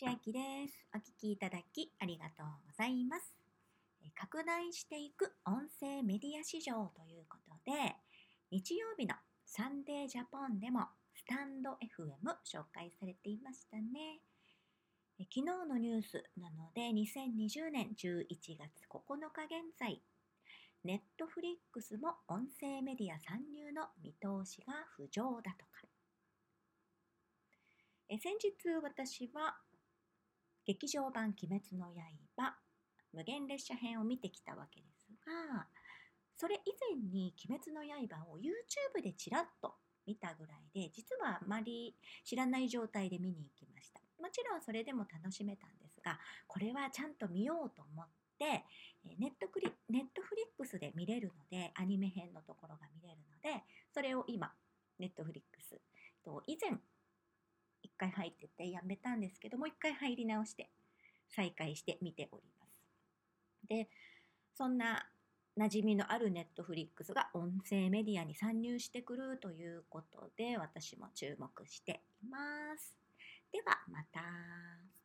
千秋です。お聞きいただきありがとうございます。拡大していく音声メディア市場ということで、日曜日のサンデージャポンでもスタンド FM 紹介されていましたね。昨日のニュースなので、2020年11月9日現在、ネットフリックスも音声メディア参入の見通しが浮上だとか。先日私は劇場版鬼滅の刃無限列車編を見てきたわけですが、それ以前に鬼滅の刃を YouTube でちらっと見たぐらいで、実はあまり知らない状態で見に行きました。もちろんそれでも楽しめたんですが、これはちゃんと見ようと思って、ネットフリックスで見れるので、アニメ編のところが見れるので、それを今、ネットフリックスと以前一回入っててやめたんですけども、一回入り直して再開して見ております。で、そんな馴染みのあるネットフリックスが音声メディアに参入してくるということで、私も注目しています。ではまた。